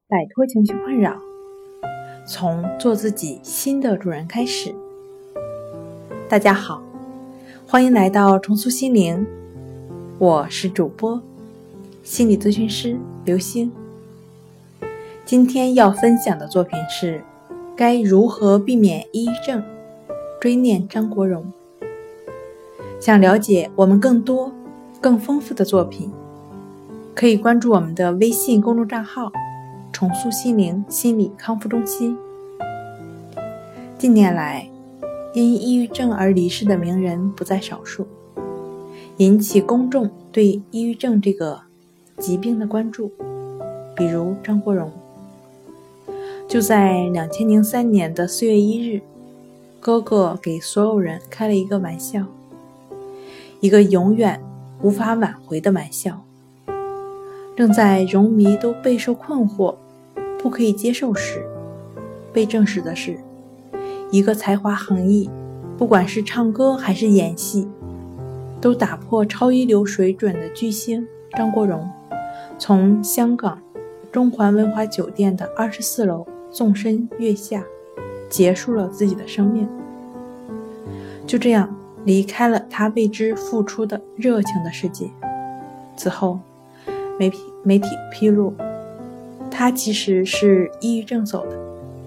摆脱情绪困扰，从做自己新的主人开始。大家好，欢迎来到重塑心灵，我是主播心理咨询师刘星。今天要分享的作品是该如何避免抑郁症，追念张国荣。想了解我们更多更丰富的作品，可以关注我们的微信公众账号重塑心灵心理康复中心。近年来，因抑郁症而离世的名人不在少数，引起公众对抑郁症这个疾病的关注。比如张国荣，就在2003年的4月1日，哥哥给所有人开了一个玩笑，一个永远无法挽回的玩笑。正在荣迷都备受困惑不可以接受时，被证实的是，一个才华横溢，不管是唱歌还是演戏都打破超一流水准的巨星张国荣，从香港中环文华酒店的24楼纵身跃下，结束了自己的生命。就这样离开了他为之付出的热情的世界。此后媒体披露，他其实是抑郁症走的。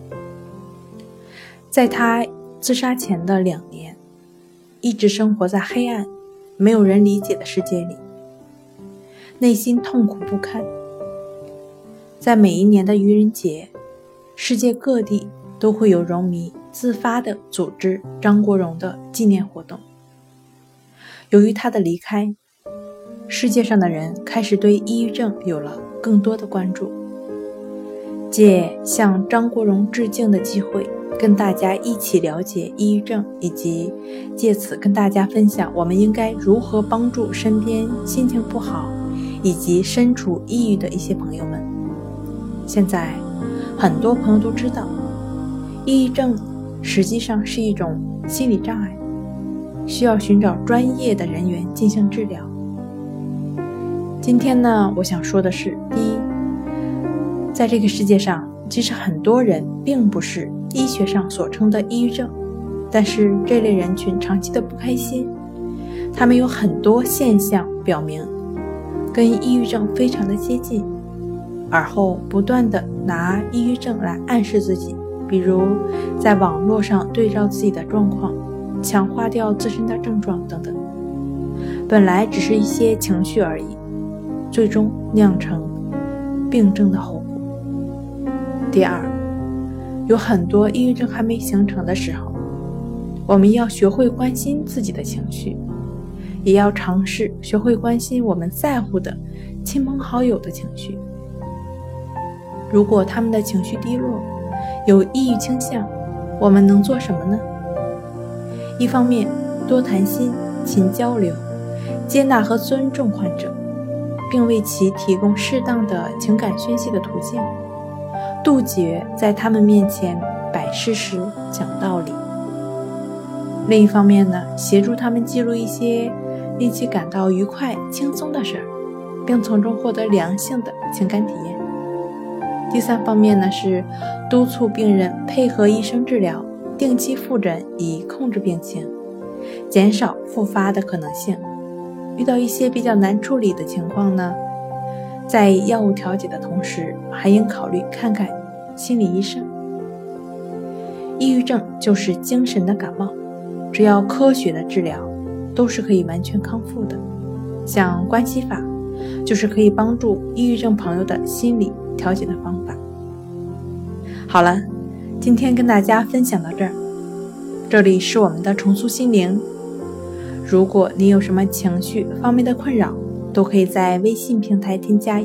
在他自杀前的2年，一直生活在黑暗没有人理解的世界里，内心痛苦不堪。在每一年的愚人节，世界各地都会有荣迷自发地组织张国荣的纪念活动。由于他的离开，世界上的人开始对抑郁症有了更多的关注。借向张国荣致敬的机会，跟大家一起了解抑郁症，以及借此跟大家分享我们应该如何帮助身边心情不好以及身处抑郁的一些朋友们。现在很多朋友都知道，抑郁症实际上是一种心理障碍，需要寻找专业的人员进行治疗。今天呢，我想说的是，第一，在这个世界上，其实很多人并不是医学上所称的抑郁症，但是这类人群长期的不开心，他们有很多现象表明跟抑郁症非常的接近，而后不断的拿抑郁症来暗示自己，比如在网络上对照自己的状况，强化掉自身的症状等等。本来只是一些情绪而已，最终酿成病症的后果。第二，有很多抑郁症还没形成的时候，我们要学会关心自己的情绪，也要尝试学会关心我们在乎的亲朋好友的情绪。如果他们的情绪低落，有抑郁倾向，我们能做什么呢？一方面，多谈心，勤交流，接纳和尊重患者，并为其提供适当的情感宣泄的途径，杜绝在他们面前摆事实讲道理。另一方面呢，协助他们记录一些令其感到愉快轻松的事儿，并从中获得良性的情感体验。第三方面呢，是督促病人配合医生治疗，定期复诊以控制病情，减少复发的可能性。遇到一些比较难处理的情况呢，在药物调节的同时，还应考虑看看心理医生。抑郁症就是精神的感冒，只要科学的治疗，都是可以完全康复的。像关系法，就是可以帮助抑郁症朋友的心理调节的方法。好了，今天跟大家分享到这儿。这里是我们的重塑心灵。如果你有什么情绪方面的困扰，都可以在微信平台添加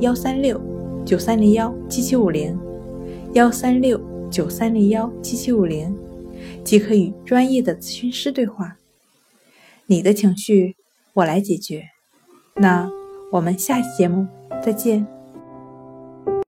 136-9301-7750 136-9301-7750，即可与专业的咨询师对话。你的情绪我来解决。那我们下期节目再见。